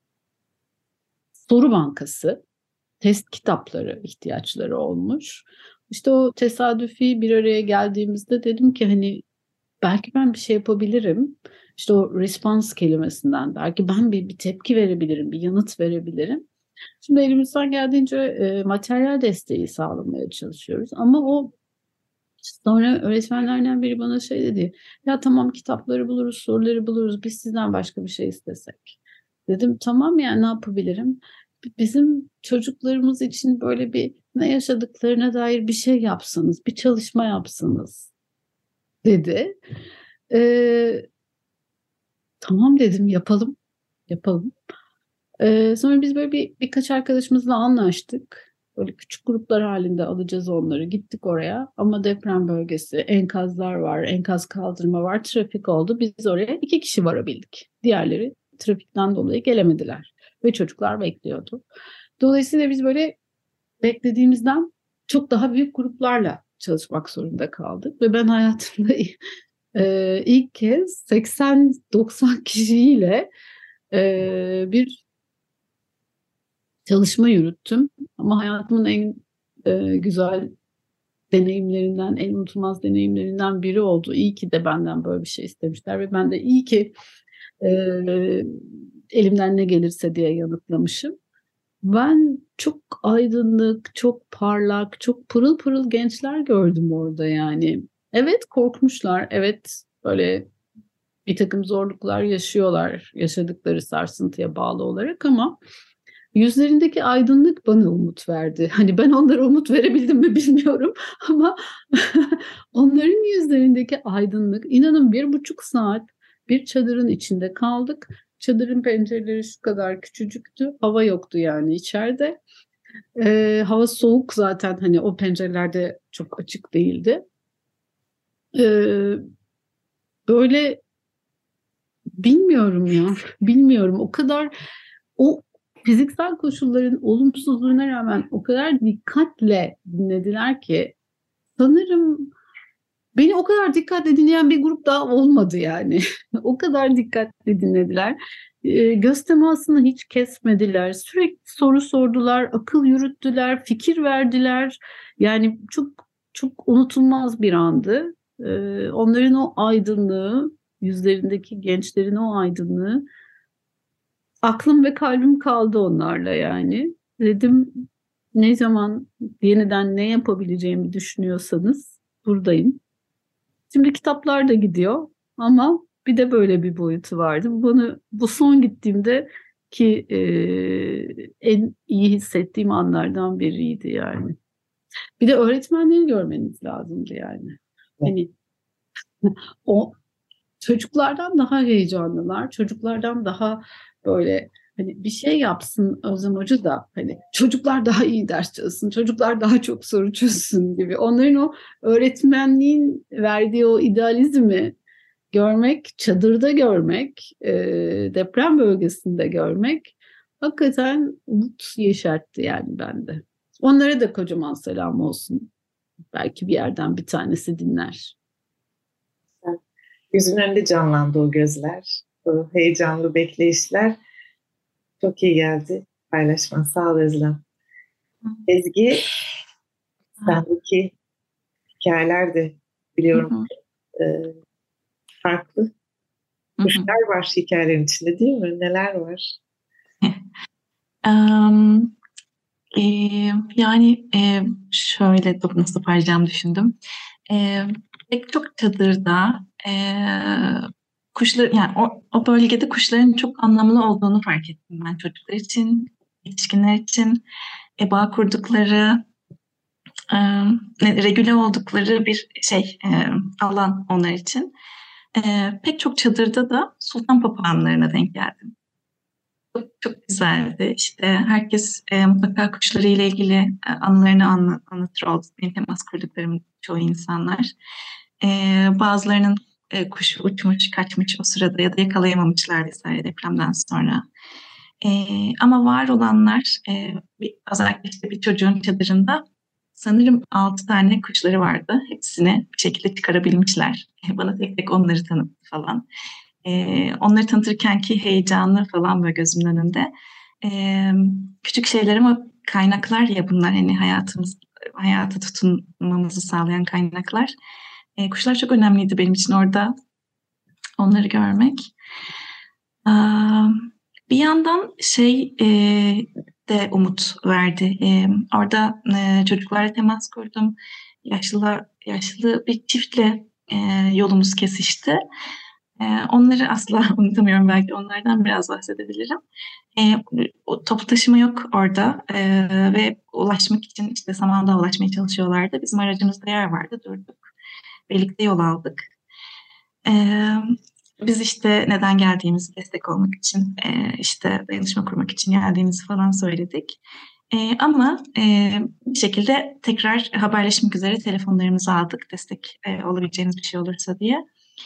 soru bankası, test kitapları ihtiyaçları olmuş. İşte o tesadüfi bir araya geldiğimizde dedim ki hani belki ben bir şey yapabilirim. İşte o response kelimesinden belki ben bir, bir tepki verebilirim, bir yanıt verebilirim. Şimdi elimizden geldiğince e, materyal desteği sağlamaya çalışıyoruz. Ama o sonra öğretmenlerden biri bana şey dedi. Ya tamam kitapları buluruz, soruları buluruz. Biz sizden başka bir şey istesek. Dedim tamam yani ne yapabilirim? Bizim çocuklarımız için böyle bir ne yaşadıklarına dair bir şey yapsanız, bir çalışma yapsanız dedi. Ee, tamam dedim yapalım, yapalım. Ee, sonra biz böyle bir birkaç arkadaşımızla anlaştık. Böyle küçük gruplar halinde alacağız onları. Gittik oraya ama deprem bölgesi, enkazlar var, enkaz kaldırma var, trafik oldu. Biz oraya iki kişi varabildik. Diğerleri trafikten dolayı gelemediler ve çocuklar bekliyordu. Dolayısıyla biz böyle beklediğimizden çok daha büyük gruplarla çalışmak zorunda kaldık. Ve ben hayatımda e, ilk kez seksen doksan kişiyle e, bir çalışma yürüttüm. Ama hayatımın en e, güzel deneyimlerinden, en unutulmaz deneyimlerinden biri oldu. İyi ki de benden böyle bir şey istemişler ve ben de iyi ki e, elimden ne gelirse diye yanıtlamışım. Ben çok aydınlık, çok parlak, çok pırıl pırıl gençler gördüm orada yani. Evet korkmuşlar, evet böyle bir takım zorluklar yaşıyorlar, yaşadıkları sarsıntıya bağlı olarak ama yüzlerindeki aydınlık bana umut verdi. Hani ben onlara umut verebildim mi bilmiyorum ama onların yüzlerindeki aydınlık, inanın bir buçuk saat bir çadırın içinde kaldık. Çadırın pencereleri şu kadar küçücüktü. Hava yoktu yani içeride. Ee, hava soğuk zaten, hani o pencerelerde çok açık değildi. Ee, böyle bilmiyorum ya, bilmiyorum. O kadar o fiziksel koşulların olumsuzluğuna rağmen o kadar dikkatle dinlediler ki sanırım beni o kadar dikkatle dinleyen bir grup daha olmadı yani. O kadar dikkatli dinlediler. E, göz temasını hiç kesmediler. Sürekli soru sordular, akıl yürüttüler, fikir verdiler. Yani çok çok unutulmaz bir andı. E, onların o aydınlığı, yüzlerindeki gençlerin o aydınlığı, aklım ve kalbim kaldı onlarla yani. Dedim ne zaman yeniden ne yapabileceğimi düşünüyorsanız buradayım. Şimdi kitaplar da gidiyor ama bir de böyle bir boyutu vardı. Bu bana bu son gittiğimde ki e, en iyi hissettiğim anlardan biriydi yani. Bir de öğretmenleri görmeniz lazımdı yani. Hani o çocuklardan daha heyecanlılar, çocuklardan daha böyle hani bir şey yapsın Özlem Hoca da hani çocuklar daha iyi ders çalışsın, çocuklar daha çok soru çözsün gibi. Onların o öğretmenliğin verdiği o idealizmi görmek, çadırda görmek, e, deprem bölgesinde görmek hakikaten umut yeşertti yani bende. Onlara da kocaman selam olsun. Belki bir yerden bir tanesi dinler. Gözün önünde canlandı o gözler, o heyecanlı bekleyişler. Çok iyi geldi paylaşman. Sağ ol Özlem. Ezgi, sendeki hikayeler de biliyorum e, farklı. Kuşlar var hikayelerin içinde değil mi? Neler var? Um, e, yani e, şöyle nasıl paylaşacağımı düşündüm. E, pek çok çadırda e, kuşlar, yani o, o bölgede kuşların çok anlamlı olduğunu fark ettim ben, çocuklar için, yetişkinler için. E, bağ kurdukları, e, regüle oldukları bir şey, e, alan onlar için. E, pek çok çadırda da sultan papağanlarına denk geldim. Çok, çok güzeldi. İşte herkes e, mutlaka kuşlarıyla ilgili e, anılarını anla, anlatır oldu. Benim temas kurduklarım çoğu insanlar. E, bazılarının e, kuşu uçmuş, kaçmış o sırada ya da yakalayamamışlar vesaire depremden sonra. E, ama var olanlar, e, bir, özellikle işte bir çocuğun çadırında sanırım altı tane kuşları vardı. Hepsini bir şekilde çıkarabilmişler. E, bana tek tek onları tanıttı falan. Ee, onları tanıtırken ki heyecanlı falan böyle gözümün önünde. Ee, küçük şeyler ama kaynaklar ya bunlar, hani hayatımız, hayata tutunmamızı sağlayan kaynaklar. Ee, kuşlar çok önemliydi benim için orada, onları görmek. Ee, bir yandan şey e, de umut verdi. Ee, orada e, çocuklarla temas kurdum. Yaşlılar, yaşlı bir çiftle e, yolumuz kesişti. Ee, onları asla unutamıyorum. Belki onlardan biraz bahsedebilirim. Ee, o toplu taşıma yok orada ee, ve ulaşmak için işte Samandağ'a ulaşmaya çalışıyorlardı. Bizim aracımızda yer vardı, durduk. Birlikte yol aldık. Ee, biz işte neden geldiğimizi, destek olmak için, e, işte dayanışma kurmak için geldiğimizi falan söyledik. E, ama e, bir şekilde tekrar haberleşmek üzere telefonlarımızı aldık, destek e, olabileceğiniz bir şey olursa diye.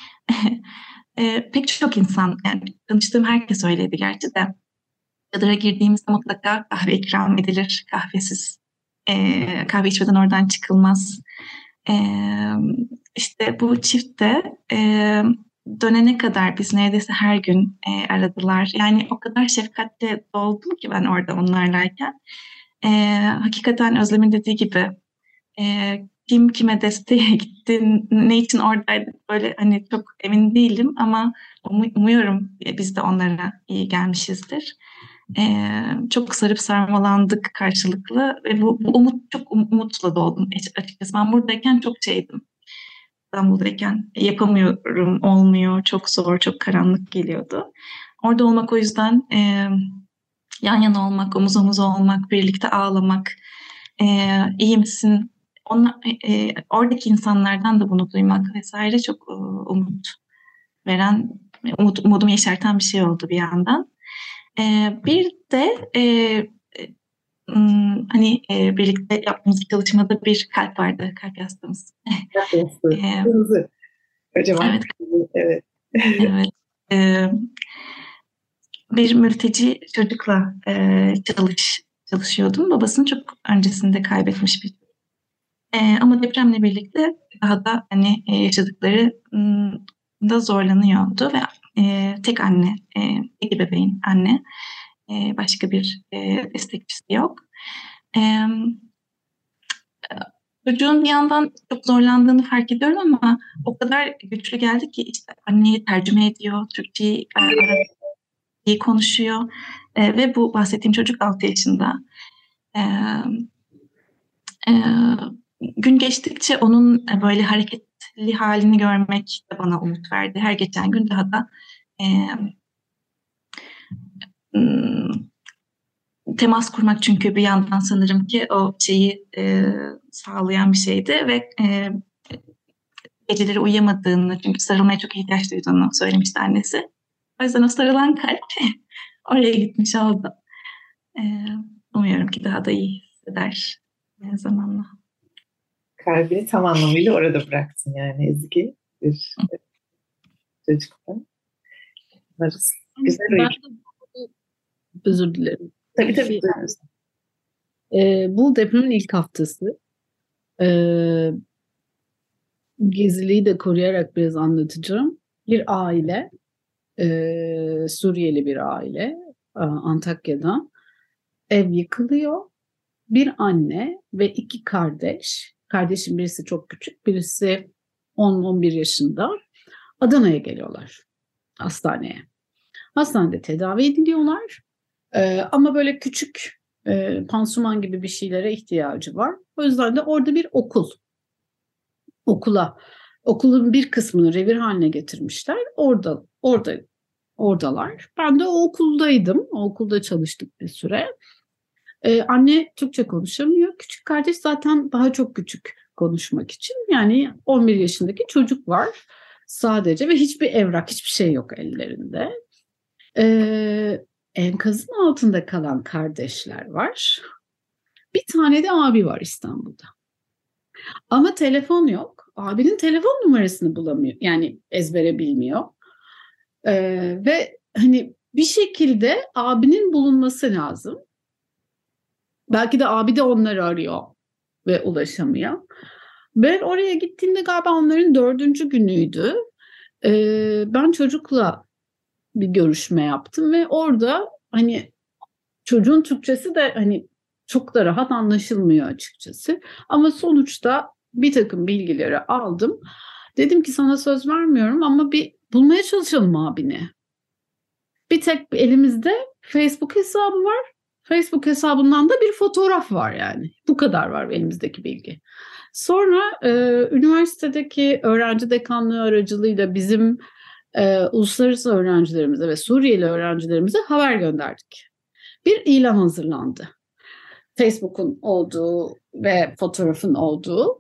E, pek çok insan, yani tanıştığım herkes öyleydi gerçi de, çadıra girdiğimizde mutlaka kahve ikram edilir. Kahvesiz, e, kahve içmeden oradan çıkılmaz. E, işte bu çift de e, dönene kadar biz neredeyse her gün e, aradılar. Yani o kadar şefkatle doldum ki ben orada onlarlayken. E, hakikaten Özlem'in dediği gibi e, kim kime desteğe gitti, ne için oradaydı böyle hani çok emin değilim ama um- umuyorum biz de onlara iyi gelmişizdir. E, çok sarıp sarmalandık karşılıklı ve bu, bu umut çok um- umutla doldum açıkçası. Ben buradayken çok şeydim. İstanbul'dayken yapamıyorum, olmuyor, çok zor, çok karanlık geliyordu. Orada olmak o yüzden e, yan yana olmak, omuz omuza olmak, birlikte ağlamak, e, iyi misin? Onlar, e, oradaki insanlardan da bunu duymak vesaire çok e, umut veren, umut, umudumu yeşerten bir şey oldu bir yandan. E, bir de e, hani e, birlikte yaptığımız bir çalışmada bir kalp vardı, kalp yastığımız. Kırmızı. e, Kırmızı. Kocaman. evet, Evet. evet. E, bir mülteci çocukla e, çalış çalışıyordum. Babasını çok öncesinde kaybetmiş bir. E, ama depremle birlikte daha da hani e, yaşadıkları m, da zorlanıyordu ve e, tek anne, e, tek bebeğin anne, e, başka bir e, destekçisi yok. E, Çocuğun bir yandan çok zorlandığını fark ediyorum ama o kadar güçlü geldi ki işte anneyi tercüme ediyor, Türkçeyi e, iyi konuşuyor. E, ve bu bahsettiğim çocuk altı yaşında. E, e, gün geçtikçe onun böyle hareketli halini görmek de bana umut verdi. Her geçen gün daha da e, temas kurmak çünkü bir yandan sanırım ki o şeyi e, sağlayan bir şeydi ve e, geceleri uyuyamadığını çünkü sarılmaya çok ihtiyaç duyduğunu söylemişti annesi. O yüzden o sarılan kalp oraya gitmiş oldu. E, umuyorum ki daha da iyi hisseder e, zamanla. Kalbini tam anlamıyla orada bıraktın yani Ezgi. Bir çocukta. Varız. Güzel Ben oyun. de, özür dilerim. Tabii tabii. Şey, e, bu depremin ilk haftası. E, Gizliliği de koruyarak biraz anlatacağım. Bir aile, e, Suriyeli bir aile, e, Antakya'dan ev yıkılıyor. Bir anne ve iki kardeş, kardeşin birisi çok küçük, birisi on on bir yaşında, Adana'ya geliyorlar, hastaneye. Hastanede tedavi ediliyorlar. Ee, ama böyle küçük e, pansuman gibi bir şeylere ihtiyacı var. O yüzden de orada bir okul, okula, okulun bir kısmını revir haline getirmişler. Orada, orada, oradalar. Ben de o okuldaydım. O okulda çalıştık bir süre. Ee, anne Türkçe konuşamıyor. Küçük kardeş zaten daha çok küçük konuşmak için. Yani on bir yaşındaki çocuk var sadece ve hiçbir evrak, hiçbir şey yok ellerinde. Ee, enkazın altında kalan kardeşler var. Bir tane de abi var İstanbul'da. Ama telefon yok. Abinin telefon numarasını bulamıyor. Yani ezbere bilmiyor. Ee, ve hani bir şekilde abinin bulunması lazım. Belki de abi de onları arıyor ve ulaşamıyor. Ben oraya gittiğimde galiba onların dördüncü günüydü. Ee, ben çocukla bir görüşme yaptım ve orada hani çocuğun Türkçesi de hani çok da rahat anlaşılmıyor açıkçası. Ama sonuçta bir takım bilgileri aldım. Dedim ki sana söz vermiyorum ama bir bulmaya çalışalım abini. Bir tek elimizde Facebook hesabı var. Facebook hesabından da bir fotoğraf var yani. Bu kadar var elimizdeki bilgi. Sonra e, üniversitedeki öğrenci dekanlığı aracılığıyla bizim e, uluslararası öğrencilerimize ve Suriyeli öğrencilerimize haber gönderdik. Bir ilan hazırlandı. Facebook'un olduğu ve fotoğrafın olduğu.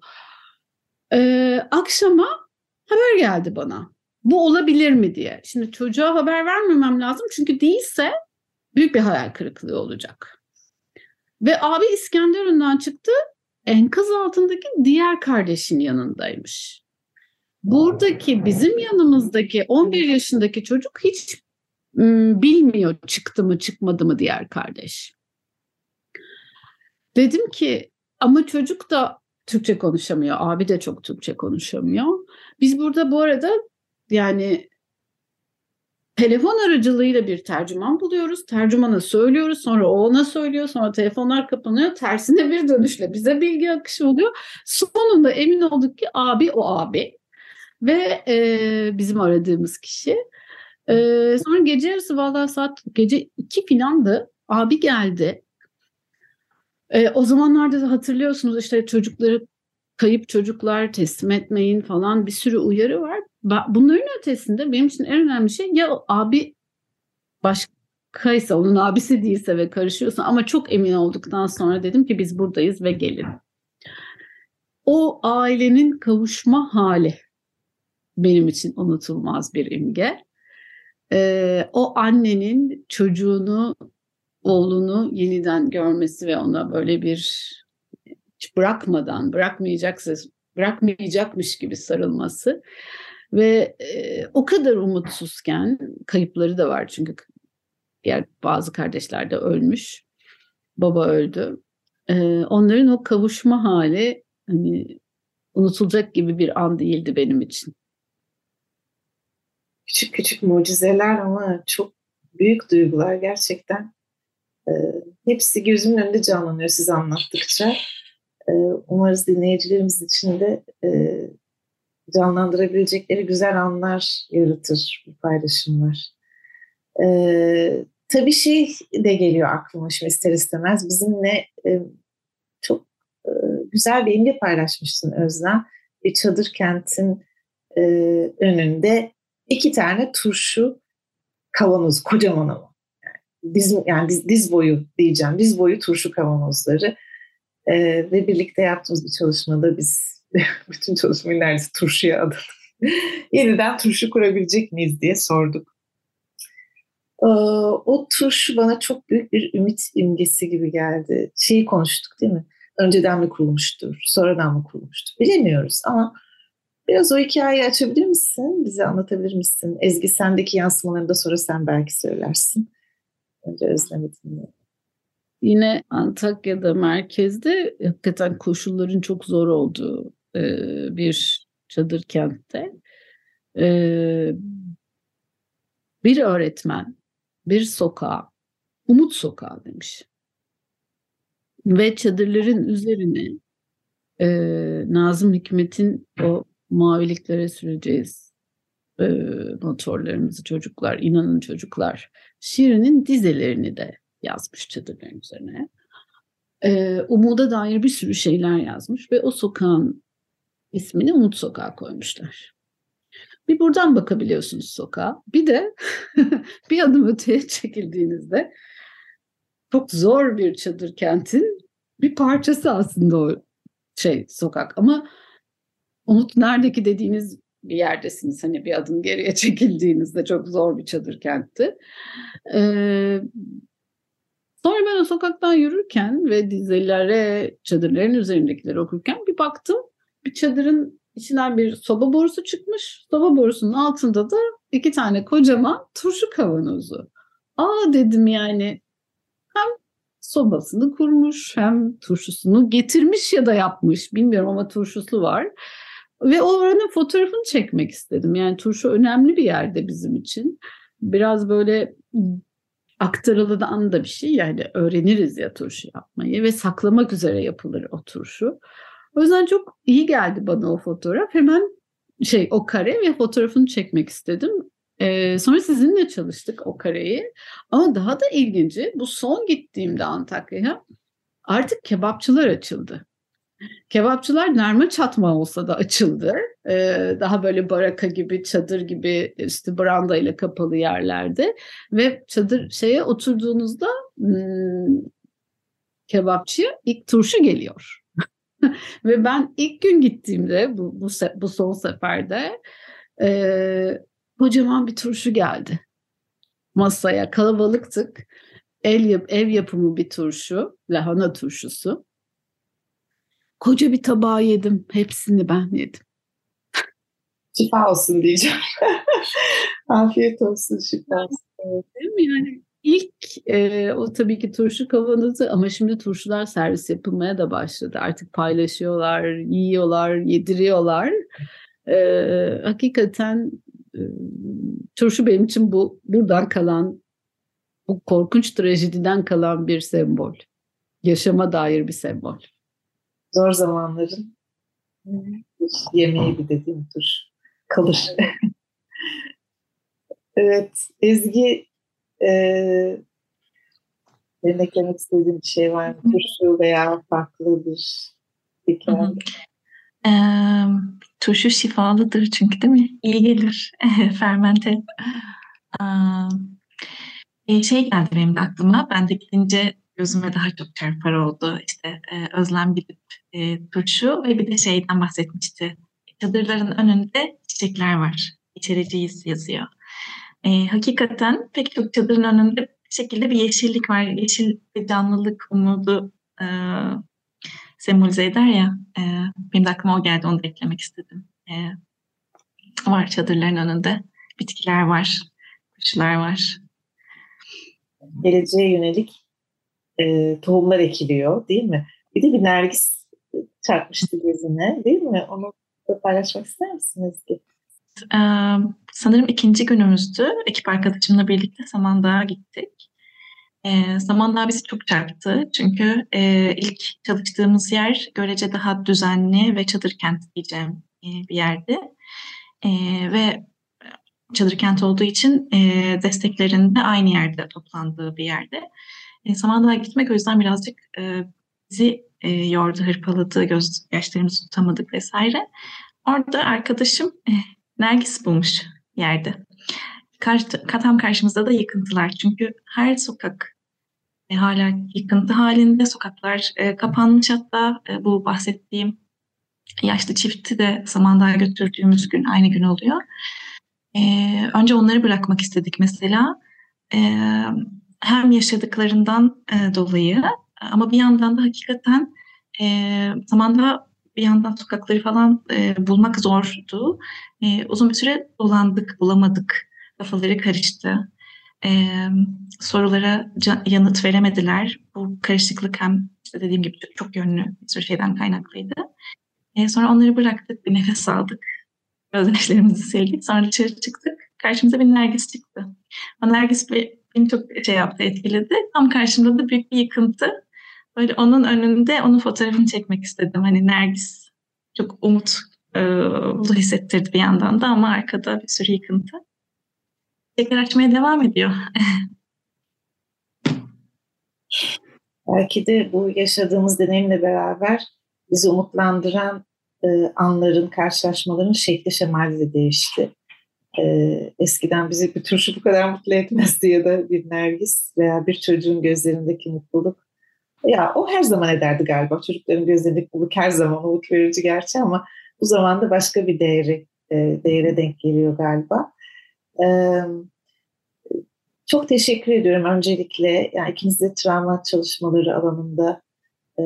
E, akşama haber geldi bana. Bu olabilir mi diye. Şimdi çocuğa haber vermemem lazım çünkü değilse büyük bir hayal kırıklığı olacak. Ve abi İskenderun'dan çıktı, enkaz altındaki diğer kardeşin yanındaymış. Buradaki bizim yanımızdaki on bir yaşındaki çocuk hiç ım, bilmiyor çıktı mı çıkmadı mı diğer kardeş. Dedim ki ama çocuk da Türkçe konuşamıyor. Abi de çok Türkçe konuşamıyor. Biz burada bu arada yani telefon aracılığıyla bir tercüman buluyoruz. Tercümana söylüyoruz. Sonra o ona söylüyor. Sonra telefonlar kapanıyor. Tersine bir dönüşle bize bilgi akışı oluyor. Sonunda emin olduk ki abi o abi. Ve e, bizim aradığımız kişi. E, sonra gece yarısı vallahi saat gece iki filandı. Abi geldi. E, o zamanlarda da hatırlıyorsunuz işte çocukları kayıp çocuklar teslim etmeyin falan bir sürü uyarı var. Bunların ötesinde benim için en önemli şey ya abi başkaysa onun abisi değilse ve karışıyorsa ama çok emin olduktan sonra dedim ki biz buradayız ve gelin. O ailenin kavuşma hali benim için unutulmaz bir imge. Ee, o annenin çocuğunu, oğlunu yeniden görmesi ve ona böyle bir hiç bırakmadan, bırakmayacaksa, bırakmayacakmış gibi sarılması ve e, o kadar umutsuzken kayıpları da var çünkü diğer bazı kardeşler de ölmüş, baba öldü. E, onların o kavuşma hali hani unutulacak gibi bir an değildi benim için. Küçük küçük mucizeler ama çok büyük duygular gerçekten. E, hepsi gözümün önünde canlanıyor siz anlattıkça. E, umarız dinleyicilerimiz için de e, canlandırabilecekleri güzel anlar yaratır bu paylaşımlar. E, tabii şey de geliyor aklıma şimdi ister istemez. Bizimle e, çok e, güzel bir imge paylaşmıştın Özlem. Bir çadır kentin e, önünde iki tane turşu kavanoz, kocaman ama. Yani diz, yani diz, diz boyu diyeceğim, diz boyu turşu kavanozları. E, ve birlikte yaptığımız bir çalışmada biz bütün çalışmayı neredeyse turşuya adadık. Yeniden turşu kurabilecek miyiz diye sorduk. E, o turşu bana çok büyük bir ümit imgesi gibi geldi. Şeyi konuştuk değil mi? Önceden mi kurulmuştur, sonradan mı kurulmuştur bilemiyoruz ama biraz o hikayeyi açabilir misin? Bize anlatabilir misin? Ezgi sendeki yansımalarını da sonra sen belki söylersin. Önce Özlem'i dinleyelim. Yine Antakya'da merkezde hakikaten koşulların çok zor olduğu e, bir çadır kentte e, bir öğretmen bir sokağa Umut Sokağı demiş. Ve çadırların üzerine e, Nazım Hikmet'in o maviliklere süreceğiz e, motorlarımızı çocuklar, inanın çocuklar şiirinin dizelerini de yazmış çadırların üzerine. E, Umut'a dair bir sürü şeyler yazmış ve o sokağın ismini Umut Sokağı koymuşlar. Bir buradan bakabiliyorsunuz sokağa. Bir de bir adım öteye çekildiğinizde çok zor bir çadır kentin bir parçası aslında o şey sokak. Ama Umut neredeki dediğiniz bir yerdesiniz. Hani bir adım geriye çekildiğinizde çok zor bir çadır kentti. Ee, sonra ben o sokaktan yürürken ve dizelere, çadırların üzerindekileri okurken bir baktım. Bir çadırın içinden bir soba borusu çıkmış. Soba borusunun altında da iki tane kocaman turşu kavanozu. Aa dedim yani hem sobasını kurmuş hem turşusunu getirmiş ya da yapmış. Bilmiyorum ama turşusu var. Ve o oranın fotoğrafını çekmek istedim. Yani turşu önemli bir yerde bizim için. Biraz böyle aktarılan da bir şey. Yani öğreniriz ya turşu yapmayı ve saklamak üzere yapılır o turşu. O yüzden çok iyi geldi bana o fotoğraf. Hemen şey o kare ve fotoğrafını çekmek istedim. Ee, sonra sizinle çalıştık o kareyi. Ama daha da ilginci bu son gittiğimde Antakya'ya artık kebapçılar açıldı. Kebapçılar nerme çatma olsa da açıldı. Ee, daha böyle baraka gibi, çadır gibi işte brandayla kapalı yerlerde. Ve çadır şeye oturduğunuzda hmm, kebapçıya ilk turşu geliyor. Ve ben ilk gün gittiğimde bu, bu, bu son seferde e, kocaman bir turşu geldi masaya. Kalabalıktık. El yap, ev yapımı bir turşu, lahana turşusu. Koca bir tabağı yedim. Hepsini ben yedim. Şifa olsun diyeceğim. Afiyet olsun, şifa olsun. Değil mi yani? İlk e, o tabii ki turşu kavanozu, ama şimdi turşular servis yapılmaya da başladı. Artık paylaşıyorlar, yiyorlar, yediriyorlar. E, hakikaten e, turşu benim için bu buradan kalan, bu korkunç trajediden kalan bir sembol. Yaşama dair bir sembol. Zor zamanların yemeği bir dediğim tur kalır. Evet, Ezgi, e, benim eklemek istediğim bir şey var mı? Turşu veya farklı bir hikaye. Ee, turşu şifalıdır çünkü, değil mi? İyi gelir. Fermente. Aa, e, şey geldi benim de aklıma. Ben de gidince gözüme daha çok çarpar oldu. İşte e, Özlem gidip e, turşu ve bir de şeyden bahsetmişti. Çadırların önünde çiçekler var. İçericiyiz yazıyor. E, hakikaten pek çok çadırın önünde bir şekilde bir yeşillik var. Yeşil bir canlılık, umudu e, sembolize eder ya. E, benim de aklıma o geldi, onu da eklemek istedim. E, var çadırların önünde. Bitkiler var, kuşlar var. Geleceğe yönelik e, tohumlar ekiliyor, değil mi? Bir de bir nergis çarpmıştı gözüne, değil mi? Onu da paylaşmak ister misin Ezgi? Ee, sanırım ikinci günümüzdü. Ekip arkadaşımla birlikte Samandağ'a gittik. Ee, Samandağ bizi çok çarptı. Çünkü e, ilk çalıştığımız yer görece daha düzenli ve çadır kent diyeceğim e, bir yerdi. E, ve çadır kent olduğu için e, desteklerin de aynı yerde toplandığı bir yerde. E, Samandağ'a gitmek o yüzden birazcık e, bizi e, yordu, hırpaladı, gözyaşlarımızı tutamadık vesaire. Orada arkadaşım e, Nergis bulmuş yerde. Kar, tam karşımızda da yıkıntılar. Çünkü her sokak e, hala yıkıntı halinde. Sokaklar e, kapanmış hatta. E, bu bahsettiğim yaşlı çifti de Samandağ'a götürdüğümüz gün aynı gün oluyor. E, önce onları bırakmak istedik mesela. E, hem yaşadıklarından e, dolayı ama bir yandan da hakikaten e, Samandağ bir yandan sokakları falan e, bulmak zordu. E, uzun bir süre dolandık, bulamadık. Kafaları karıştı. E, sorulara ca- yanıt veremediler. Bu karışıklık hem işte dediğim gibi çok, çok yönlü bir sürü şeyden kaynaklıydı. E, sonra onları bıraktık, bir nefes aldık. Gözyaşlarımızı sildik. Sonra dışarı çıktık. Karşımıza bir Nergis çıktı. O Nergis bir, beni çok şey yaptı, etkiledi. Tam karşımda da büyük bir yıkıntı. Böyle onun önünde onun fotoğrafını çekmek istedim. Hani Nergis çok umut e, hissettirdi bir yandan da, ama arkada bir sürü yıkıntı. Tekrar açmaya devam ediyor. Belki de bu yaşadığımız deneyimle beraber bizi umutlandıran e, anların, karşılaşmaların şekli şemali de değişti. E, eskiden bizi bir turşu bu kadar mutlu etmezdi ya da bir Nergis veya bir çocuğun gözlerindeki mutluluk. Ya o her zaman ederdi galiba. Çocukların gözlerindeki mutluluk her zaman umut verici gerçi, ama bu zamanda başka bir değeri, e, değere denk geliyor galiba. Evet. Çok teşekkür ediyorum öncelikle. Yani ikiniz de travma çalışmaları alanında e,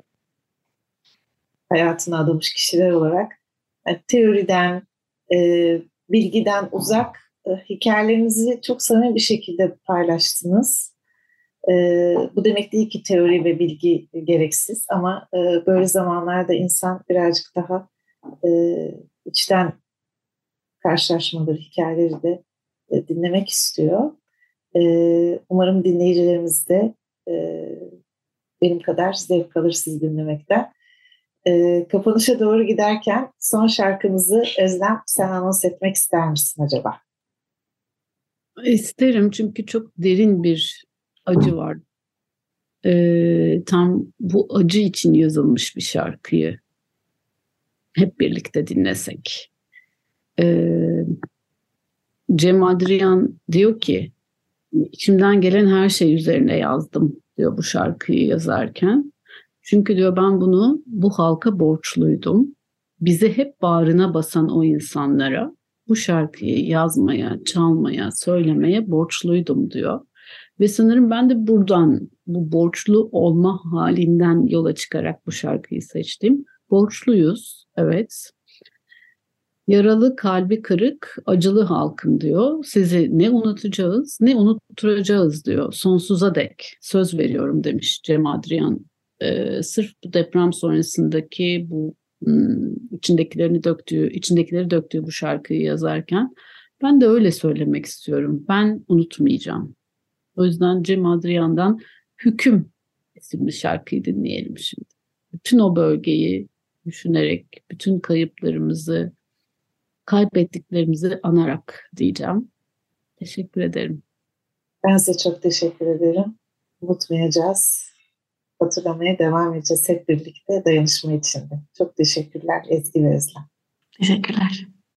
hayatına adamış kişiler olarak yani teoriden, e, bilgiden uzak e, hikayelerinizi çok samimi bir şekilde paylaştınız. E, bu demek değil ki teori ve bilgi gereksiz, ama e, böyle zamanlarda insan birazcık daha e, içten karşılaşmaları, hikayeleri de e, dinlemek istiyor. Ee, umarım dinleyicilerimiz de e, benim kadar zevk alır sizi dinlemekten. Ee, kapanışa doğru giderken son şarkımızı Özlem, sen anons etmek ister misin acaba? İsterim, çünkü çok derin bir acı var. Ee, tam bu acı için yazılmış bir şarkıyı hep birlikte dinlesek. Ee, Cem Adrian diyor ki, İçimden gelen her şey üzerine yazdım diyor bu şarkıyı yazarken. Çünkü diyor ben bunu bu halka borçluydum. Bizi hep bağrına basan o insanlara bu şarkıyı yazmaya, çalmaya, söylemeye borçluydum diyor. Ve sanırım ben de buradan, bu borçlu olma halinden yola çıkarak bu şarkıyı seçtim. Borçluyuz, evet. Yaralı, kalbi kırık, acılı halkım diyor. Sizi ne unutacağız, ne unutturacağız diyor. Sonsuza dek söz veriyorum demiş Cem Adrian. Ee, sırf bu deprem sonrasındaki bu ım, içindekilerini döktüğü, içindekileri döktüğü bu şarkıyı yazarken ben de öyle söylemek istiyorum. Ben unutmayacağım. O yüzden Cem Adrian'dan Hüküm isimli şarkıyı dinleyelim şimdi. Bütün o bölgeyi düşünerek, bütün kayıplarımızı, kaybettiklerimizi anarak diyeceğim. Teşekkür ederim. Ben size çok teşekkür ederim. Unutmayacağız. Hatırlamaya devam edeceğiz hep birlikte dayanışma içinde. Çok teşekkürler Ezgi ve Özlem. Teşekkürler.